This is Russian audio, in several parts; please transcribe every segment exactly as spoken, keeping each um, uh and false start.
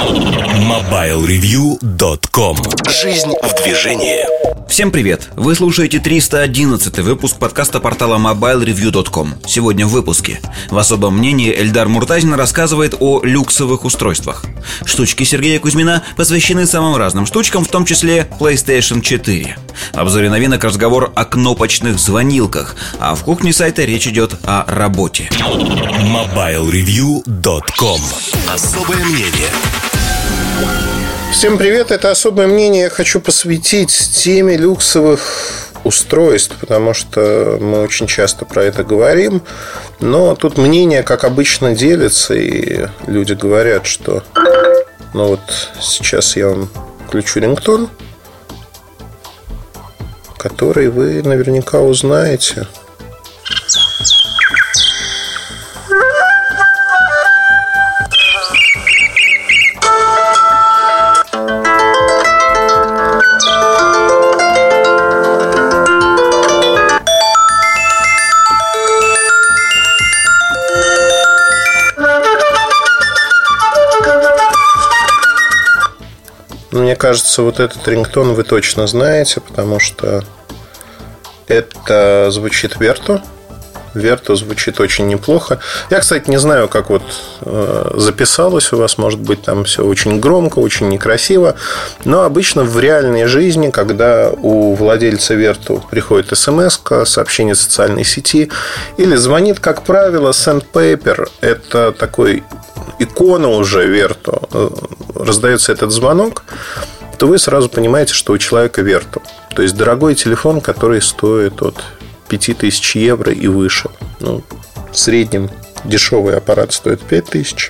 мобайл ревью точка ком. Жизнь в движении. Всем привет! Вы слушаете триста одиннадцатый выпуск подкаста портала мобайл ревью точка ком. Сегодня в выпуске. В особом мнении Эльдар Муртазин рассказывает о люксовых устройствах. Штучки Сергея Кузьмина посвящены самым разным штучкам, в том числе плейстейшн четыре. В обзоре новинок разговор о кнопочных звонилках, а в кухне сайта речь идет о работе. мобайл ревью точка ком. Особое мнение. Всем привет, это особое мнение я хочу посвятить теме люксовых устройств, потому что мы очень часто про это говорим, но тут мнение, как обычно, делится, и люди говорят, что ну вот сейчас я вам включу рингтон, который вы наверняка узнаете. Мне кажется, вот этот рингтон вы точно знаете, потому что это звучит Vertu. Vertu звучит очень неплохо. Я, кстати, не знаю, как вот э, записалось у вас. Может быть, там все очень громко, очень некрасиво. Но обычно в реальной жизни, когда у владельца Vertu приходит смс-ка, сообщение в социальной сети или звонит, как правило, Sandpaper. Это такой икона уже Vertu. Раздается этот звонок, то вы сразу понимаете, что у человека Vertu. То есть дорогой телефон, который стоит от пять тысяч евро и выше. Ну, в среднем дешевый аппарат стоит пять тысяч.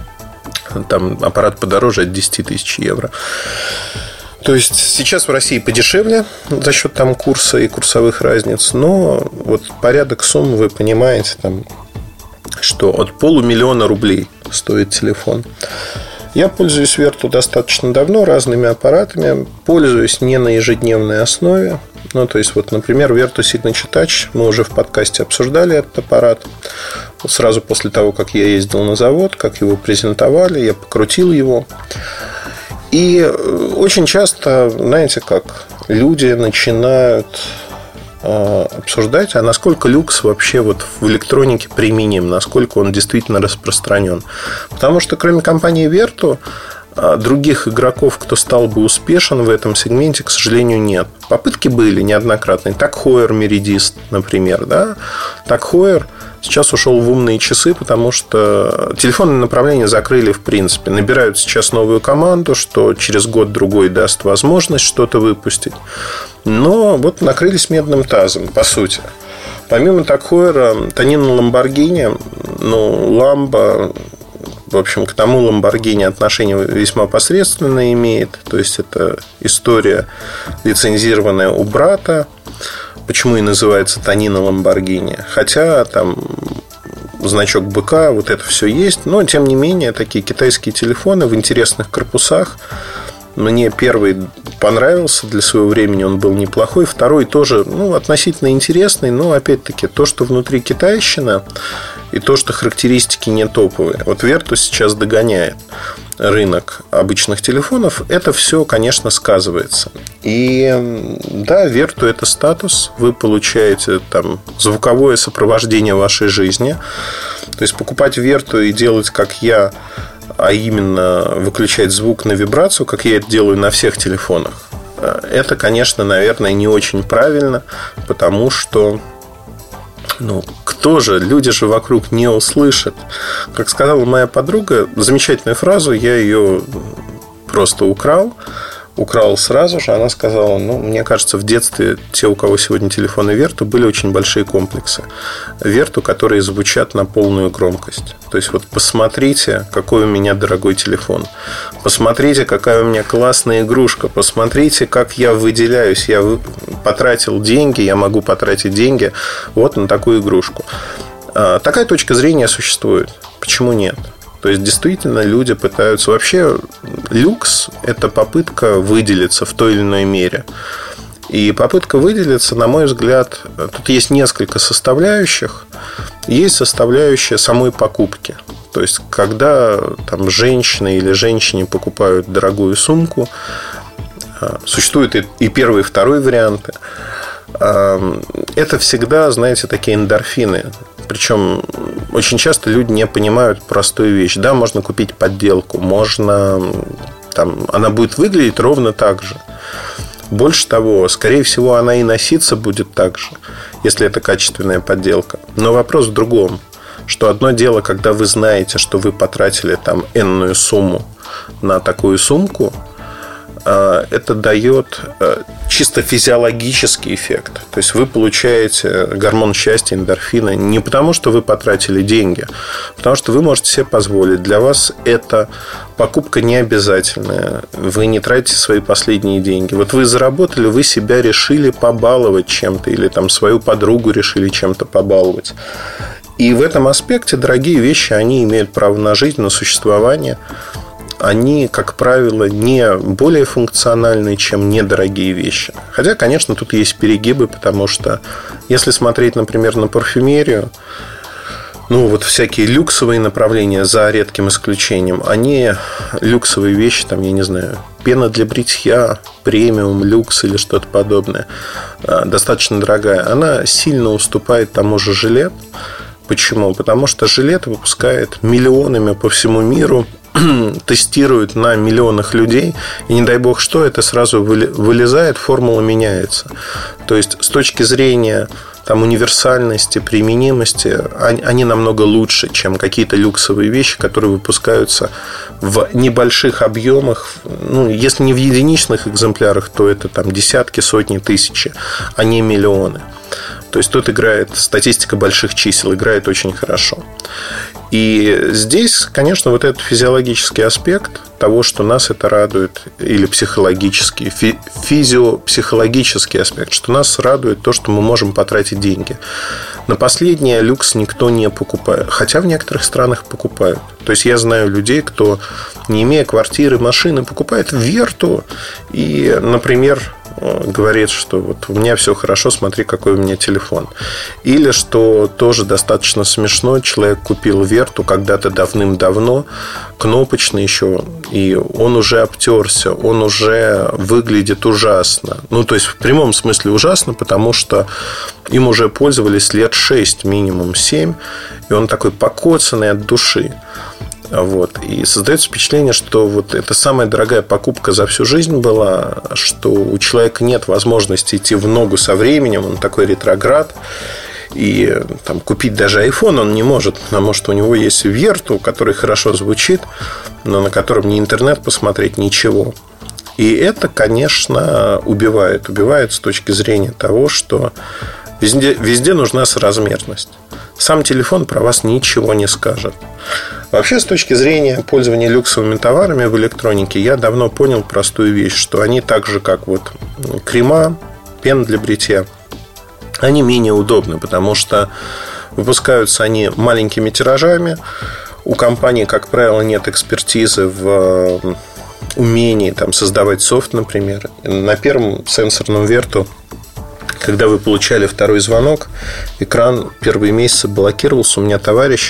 Там аппарат подороже от десять тысяч евро. То есть сейчас в России подешевле за счет там курса и курсовых разниц. Но вот порядок сумм вы понимаете, там, что от полумиллиона рублей стоит телефон. Я пользуюсь Vertu достаточно давно, разными аппаратами. Пользуюсь не на ежедневной основе. Ну, то есть, вот, например, Vertu Signature Touch. Мы уже в подкасте обсуждали этот аппарат. Сразу после того, как я ездил на завод, как его презентовали, я покрутил его. И очень часто, знаете, как люди начинают обсуждать, а насколько люкс вообще вот в электронике применим, насколько он действительно распространен. Потому что кроме компании Vertu, других игроков, кто стал бы успешен в этом сегменте, к сожалению, нет. Попытки были неоднократные. Tag Heuer Meridist, например, да? Tag Heuer сейчас ушел в умные часы, потому что телефонные направления закрыли в принципе. Набирают сейчас новую команду, что через год-другой даст возможность что-то выпустить. Но вот накрылись медным тазом, по сути. Помимо Tag Heuer, Tonino Lamborghini, ну, Lambo, в общем, к тому Lamborghini отношение весьма посредственное имеет. То есть, это история, лицензированная у брата. Почему и называется Tonino Lamborghini. Хотя там значок быка, вот это все есть. Но, тем не менее, такие китайские телефоны в интересных корпусах. Мне первый понравился для своего времени, он был неплохой. Второй тоже, ну, относительно интересный. Но, опять-таки, то, что внутри китайщина, и то, что характеристики не топовые. Вот Vertu сейчас догоняет рынок обычных телефонов. Это все, конечно, сказывается. И да, Vertu — это статус. Вы получаете там звуковое сопровождение вашей жизни. То есть покупать Vertu и делать, как я, а именно выключать звук на вибрацию, как я это делаю на всех телефонах, это, конечно, наверное, не очень правильно. Потому что ну, кто же? Люди же вокруг не услышат. Как сказала моя подруга, замечательную фразу, я ее просто украл. Украл сразу же. Она сказала, ну, мне кажется, в детстве те, у кого сегодня телефоны Vertu, были очень большие комплексы. Vertu, которые звучат на полную громкость. То есть, вот посмотрите, какой у меня дорогой телефон. Посмотрите, какая у меня классная игрушка. Посмотрите, как я выделяюсь. Я потратил деньги, я могу потратить деньги вот на такую игрушку. Такая точка зрения существует. Почему нет? То есть, действительно, люди пытаются... Вообще, люкс – это попытка выделиться в той или иной мере. И попытка выделиться, на мой взгляд, тут есть несколько составляющих. Есть составляющая самой покупки. То есть, когда там женщина или женщине покупают дорогую сумку, существуют и первый, и второй варианты. Это всегда, знаете, такие эндорфины. Причем очень часто люди не понимают простую вещь. Да, можно купить подделку, можно, там, она будет выглядеть ровно так же. Больше того, скорее всего, она и носиться будет так же, если это качественная подделка. Но вопрос в другом, что одно дело, когда вы знаете, что вы потратили там энную сумму на такую сумку, это дает чисто физиологический эффект. То есть вы получаете гормон счастья, эндорфина, не потому, что вы потратили деньги, а потому что вы можете себе позволить. Для вас эта покупка не обязательная. Вы не тратите свои последние деньги. Вот вы заработали, вы себя решили побаловать чем-то, или там свою подругу решили чем-то побаловать. И в этом аспекте дорогие вещи, они имеют право на жизнь, на существование. Они, как правило, не более функциональны, чем недорогие вещи. Хотя, конечно, тут есть перегибы, потому что если смотреть, например, на парфюмерию, ну, вот всякие люксовые направления, за редким исключением, они, люксовые вещи, там, я не знаю, пена для бритья, премиум, люкс или что-то подобное, достаточно дорогая, она сильно уступает тому же жилет. Почему? Потому что жилет выпускает миллионами по всему миру, тестируют на миллионах людей, и не дай бог что, это сразу вылезает, формула меняется. То есть с точки зрения там, универсальности, применимости, они, они намного лучше, чем какие-то люксовые вещи, которые выпускаются в небольших объемах. Ну, если не в единичных экземплярах, то это там десятки, сотни, тысячи, а не миллионы. То есть тут играет статистика больших чисел, играет очень хорошо. И здесь, конечно, вот этот физиологический аспект того, что нас это радует, или психологический, фи- физиопсихологический аспект, что нас радует то, что мы можем потратить деньги. На последнее люкс никто не покупает, хотя в некоторых странах покупают. То есть я знаю людей, кто, не имея квартиры, машины, покупает Верту и, например, говорит, что вот у меня все хорошо, смотри, какой у меня телефон. Или, что тоже достаточно смешно, человек купил Верту когда-то давным-давно, кнопочный еще, и он уже обтерся, он уже выглядит ужасно. Ну, то есть в прямом смысле ужасно, потому что им уже пользовались лет шесть, минимум семь, и он такой покоцанный от души. Вот. И создается впечатление, что вот это самая дорогая покупка за всю жизнь была, что у человека нет возможности идти в ногу со временем, он такой ретроград. И там, купить даже iPhone он не может, потому что у него есть Верту, который хорошо звучит, но на котором ни интернет посмотреть, ничего. И это, конечно, убивает. Убивает с точки зрения того, что везде, везде нужна соразмерность. Сам телефон про вас ничего не скажет. Вообще, с точки зрения пользования люксовыми товарами в электронике, я давно понял простую вещь, что они так же, как вот крема, пена для бритья, они менее удобны, потому что выпускаются они маленькими тиражами. У компании, как правило, нет экспертизы в умении там, создавать софт, например. На первом сенсорном Верту, когда вы получали второй звонок, экран первые месяцы блокировался. У меня товарищ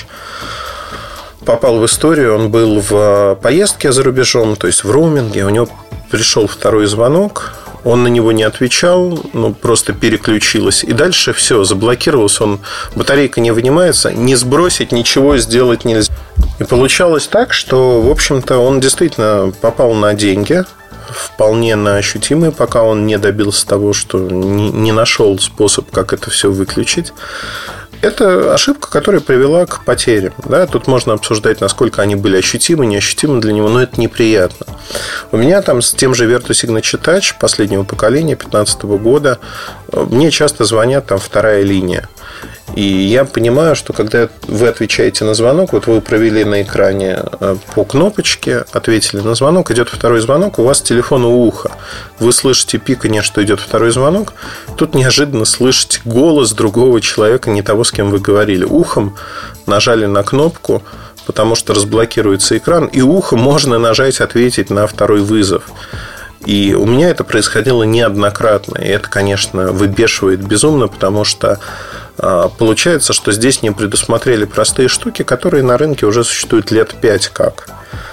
попал в историю. Он был в поездке за рубежом, то есть в роуминге. У него пришел второй звонок. Он на него не отвечал, ну, просто переключилось. И дальше все, заблокировался. Он, батарейка не вынимается, не сбросить, ничего сделать нельзя. И получалось так, что, в общем-то, он действительно попал на деньги, вполне на ощутимые, пока он не добился того, что не, не нашел способ, как это все выключить. Это ошибка, которая привела к потерям. Да? Тут можно обсуждать, насколько они были ощутимы, неощутимы для него, но это неприятно. У меня там с тем же Vertu Signature Touch последнего поколения, две тысячи пятнадцатого года, мне часто звонят, там вторая линия. И я понимаю, что когда вы отвечаете на звонок, вот вы провели на экране по кнопочке, ответили на звонок, идет второй звонок, у вас телефон у уха. Вы слышите пиканье, что идет второй звонок. Тут неожиданно слышите голос другого человека, не того, с кем вы говорили. Ухом нажали на кнопку, потому что разблокируется экран, и ухом можно нажать «Ответить на второй вызов». И у меня это происходило неоднократно. И это, конечно, выбешивает безумно, потому что получается, что здесь не предусмотрели простые штуки, которые на рынке уже существуют лет пять как.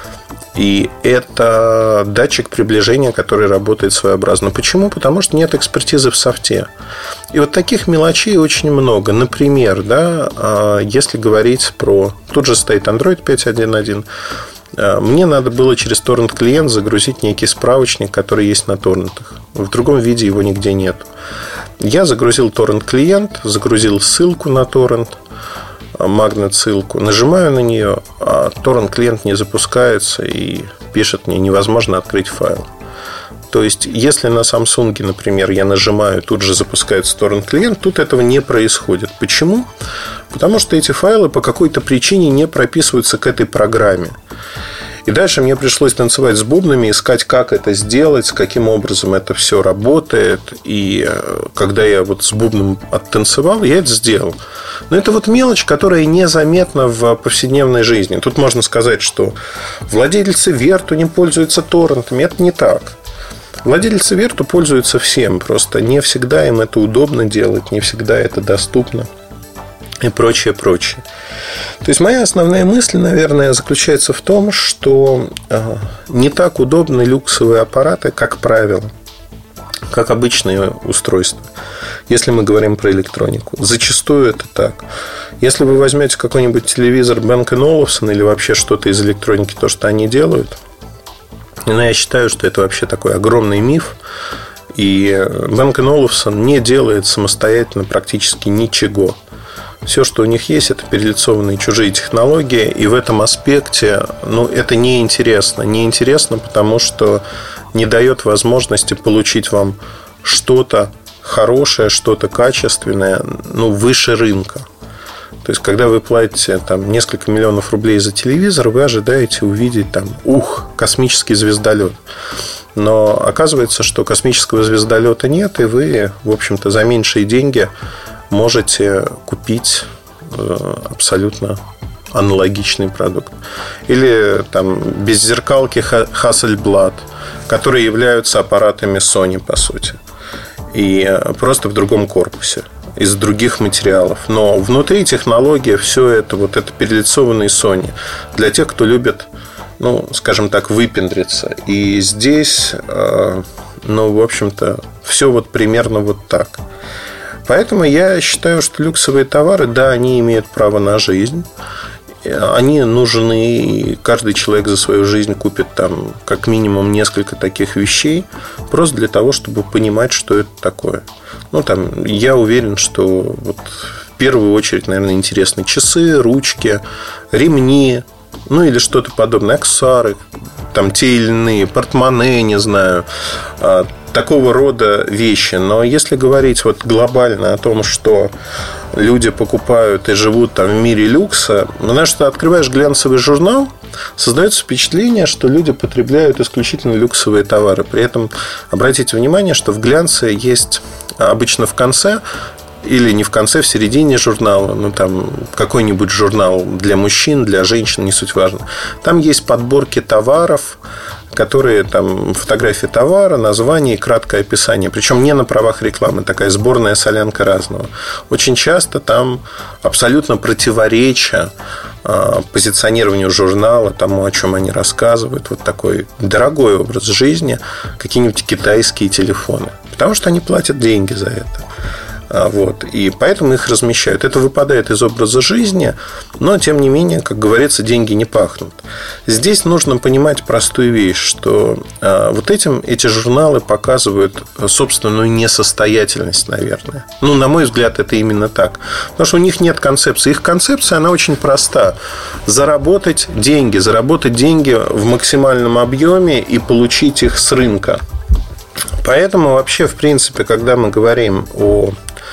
И это датчик приближения, который работает своеобразно. Почему? Потому что нет экспертизы в софте. И вот таких мелочей очень много. Например, да, если говорить про... Тут же стоит Android пять точка один точка один. Мне надо было через торрент-клиент загрузить некий справочник, который есть на торрентах. В другом виде его нигде нет. Я загрузил торрент-клиент, загрузил ссылку на торрент, магнит-ссылку, нажимаю на нее, а торрент-клиент не запускается и пишет мне: невозможно открыть файл. То есть, если на Samsung, например, я нажимаю, тут же запускается торрент-клиент, тут этого не происходит. Почему? Потому что эти файлы по какой-то причине не прописываются к этой программе. И дальше мне пришлось танцевать с бубнами, искать, как это сделать, каким образом это все работает. И когда я вот с бубном оттанцевал, я это сделал. Но это вот мелочь, которая незаметна в повседневной жизни. Тут можно сказать, что владельцы Верту не пользуются торрентами. Это не так. Владельцы Верту пользуются всем. Просто не всегда им это удобно делать, не всегда это доступно. И прочее, прочее. То есть моя основная мысль, наверное, заключается в том, что э, не так удобны люксовые аппараты, как правило, как обычные устройства, если мы говорим про электронику. Зачастую это так. Если вы возьмете какой-нибудь телевизор Бенк энд Олufsen или вообще что-то из электроники, то, что они делают, но я считаю, что это вообще такой огромный миф. И Бенк энд Олufsen не делает самостоятельно практически ничего. Все, что у них есть, это перелицованные чужие технологии. И в этом аспекте, ну, это неинтересно. Неинтересно, потому что не дает возможности получить вам что-то хорошее, что-то качественное, ну, выше рынка. То есть, когда вы платите там несколько миллионов рублей за телевизор, вы ожидаете увидеть там, ух, космический звездолет. Но оказывается, что космического звездолета нет, и вы, в общем-то, за меньшие деньги можете купить абсолютно аналогичный продукт. Или там беззеркалки Hasselblad, которые являются аппаратами Sony, по сути. И просто в другом корпусе, из других материалов. Но внутри технология, все это, вот это перелицованный Sony. Для тех, кто любит, ну, скажем так, выпендриться. И здесь, ну, в общем-то, все вот примерно вот так. Поэтому я считаю, что люксовые товары, да, они имеют право на жизнь. Они нужны, и каждый человек за свою жизнь купит там как минимум несколько таких вещей, просто для того, чтобы понимать, что это такое. Ну, там, я уверен, что вот в первую очередь, наверное, интересны часы, ручки, ремни, ну или что-то подобное, аксессуары, там те или иные, портмоне, не знаю, такого рода вещи. Но если говорить вот глобально о том, что люди покупают и живут там в мире люкса, знаешь, что открываешь глянцевый журнал, создается впечатление, что люди потребляют исключительно люксовые товары. При этом обратите внимание, что в глянце есть обычно в конце, или не в конце, в середине журнала, ну там какой-нибудь журнал для мужчин, для женщин, не суть важно. Там есть подборки товаров, которые там фотографии товара, название и краткое описание. Причем не на правах рекламы, такая сборная солянка разного. Очень часто там абсолютно противоречия позиционированию журнала, тому, о чем они рассказывают. Вот такой дорогой образ жизни, какие-нибудь китайские телефоны. Потому что они платят деньги за это. Вот. И поэтому их размещают. Это выпадает из образа жизни, но, тем не менее, как говорится, деньги не пахнут. Здесь нужно понимать простую вещь, что а, вот этим эти журналы показывают собственную несостоятельность, наверное. Ну, на мой взгляд, это именно так. Потому что у них нет концепции. Их концепция, она очень проста. Заработать деньги. Заработать деньги в максимальном объеме и получить их с рынка. Поэтому вообще, в принципе, когда мы говорим о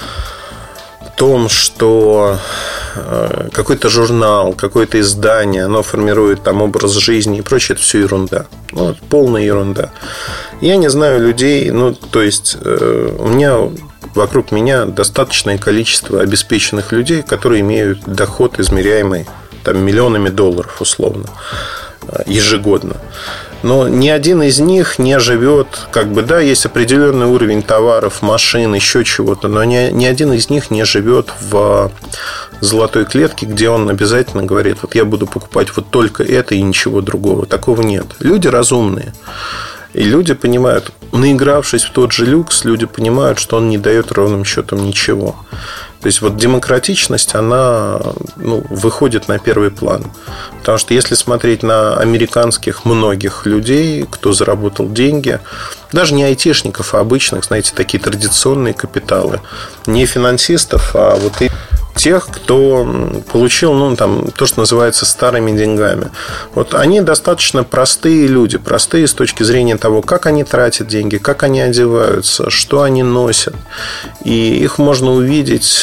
том, что какой-то журнал, какое-то издание, оно формирует там образ жизни и прочее, это все ерунда. Ну, полная ерунда. Я не знаю людей, ну, то есть у меня вокруг меня достаточное количество обеспеченных людей, которые имеют доход, измеряемый там миллионами долларов условно ежегодно. Но ни один из них не живет, как бы, да, есть определенный уровень товаров, машин, еще чего-то, но ни, ни один из них не живет в золотой клетке, где он обязательно говорит: вот я буду покупать вот только это и ничего другого. Такого нет. Люди разумные. И люди понимают, наигравшись в тот же люкс, люди понимают, что он не дает ровным счетом ничего. То есть вот демократичность, она, ну, выходит на первый план. Потому что если смотреть на американских многих людей, кто заработал деньги, даже не айтишников, а обычных, знаете, такие традиционные капиталы, не финансистов, а вот и тех, кто получил, ну, там, то, что называется старыми деньгами. Вот они достаточно простые люди, простые с точки зрения того, как они тратят деньги, как они одеваются, что они носят. И их можно увидеть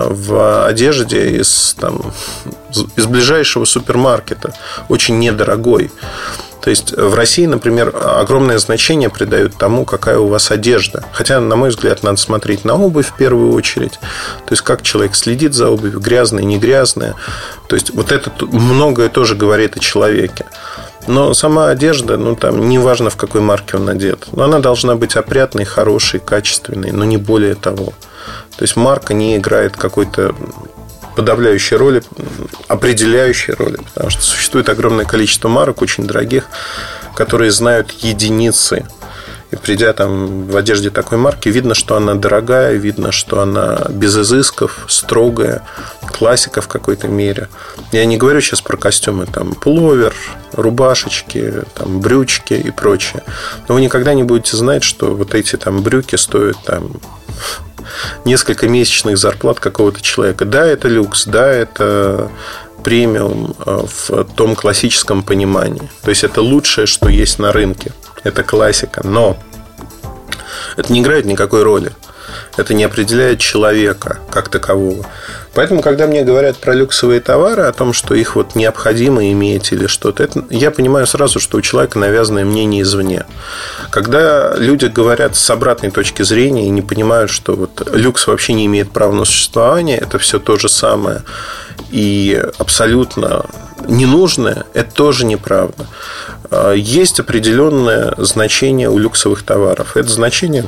в одежде из, там, из ближайшего супермаркета, очень недорогой. То есть в России, например, огромное значение придают тому, какая у вас одежда. Хотя, на мой взгляд, надо смотреть на обувь в первую очередь. То есть как человек следит за обувью, грязная, не грязная. То есть вот это многое тоже говорит о человеке. Но сама одежда, ну, там, неважно, в какой марке он одет, но она должна быть опрятной, хорошей, качественной, но не более того. То есть марка не играет какой-то подавляющей роли, определяющей роли, потому что существует огромное количество марок, очень дорогих, которые знают единицы. И придя там в одежде такой марки, видно, что она дорогая, видно, что она без изысков, строгая, классика в какой-то мере. Я не говорю сейчас про костюмы, там, пуловер, рубашечки, там, брючки и прочее. Но вы никогда не будете знать, что вот эти там брюки стоят там несколько месячных зарплат какого-то человека. Да, это люкс, да, это премиум в том классическом понимании. То есть это лучшее, что есть на рынке. Это классика. Но это не играет никакой роли. Это не определяет человека как такового. Поэтому, когда мне говорят про люксовые товары, о том, что их вот необходимо иметь или что-то, это, я понимаю сразу, что у человека навязанное мнение извне. Когда люди говорят с обратной точки зрения и не понимают, что вот люкс вообще не имеет права на существование, это все то же самое и абсолютно ненужное, это тоже неправда. Есть определенное значение у люксовых товаров. Это значение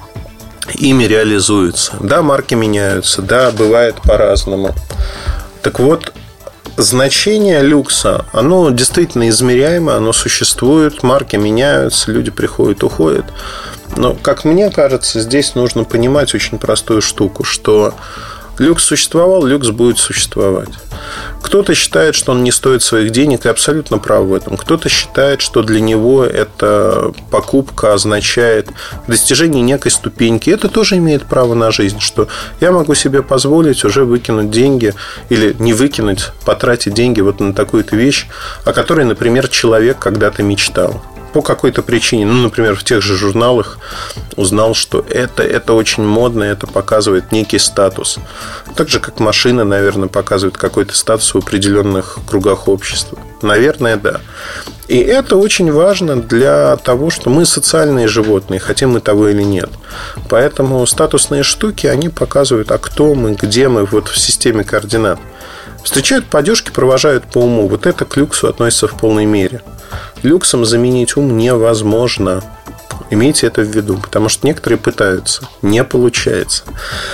ими реализуется. Да, марки меняются, да, бывает по-разному. Так вот, значение люкса, оно действительно измеряемо, оно существует, марки меняются, люди приходят, уходят. Но, как мне кажется, здесь нужно понимать очень простую штуку, что люкс существовал, люкс будет существовать. Кто-то считает, что он не стоит своих денег, и абсолютно прав в этом. Кто-то считает, что для него эта покупка означает достижение некой ступеньки. Это тоже имеет право на жизнь, что я могу себе позволить уже выкинуть деньги или не выкинуть, потратить деньги вот на такую-то вещь, о которой, например, человек когда-то мечтал. По какой-то причине, ну, например, в тех же журналах узнал, что это, это очень модно, это показывает некий статус. Так же, как машины, наверное, показывают какой-то статус в определенных кругах общества. Наверное, да. И это очень важно для того, что мы социальные животные, хотим мы того или нет. Поэтому статусные штуки, они показывают, а кто мы, где мы вот в системе координат. Встречают по одежке, провожают по уму. Вот это к люксу относится в полной мере. Люксом заменить ум невозможно. Имейте это в виду, потому что некоторые пытаются, не получается.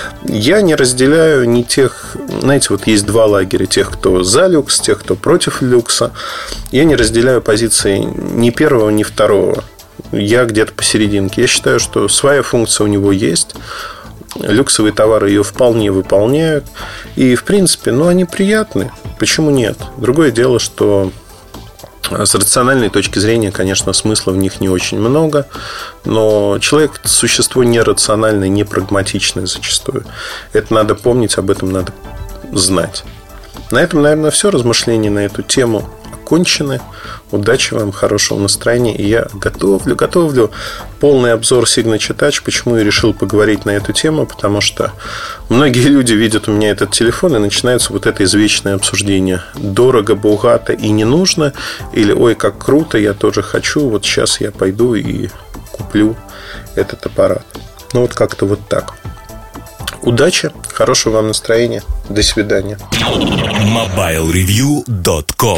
Я не разделяю ни тех, знаете, вот есть два лагеря, тех, кто за люкс, тех, кто против люкса. Я не разделяю позиции ни первого, ни второго. Я где-то посерединке. Я считаю, что своя функция у него есть. Люксовые товары ее вполне выполняют. И, в принципе, ну, они приятны. Почему нет? Другое дело, что с рациональной точки зрения, конечно, смысла в них не очень много. Но человек – существо нерациональное, не прагматичное зачастую. Это надо помнить, об этом надо знать. На этом, наверное, все. Размышления на эту тему окончены. Удачи вам, хорошего настроения. И я готовлю, готовлю полный обзор Signature Touch. Почему я решил поговорить на эту тему? Потому что многие люди видят у меня этот телефон, и начинается вот это извечное обсуждение. Дорого, богато и не нужно. Или ой, как круто, я тоже хочу. Вот сейчас я пойду и куплю этот аппарат. Ну вот как-то вот так. Удачи, хорошего вам настроения. До свидания. мобайл ревью точка ком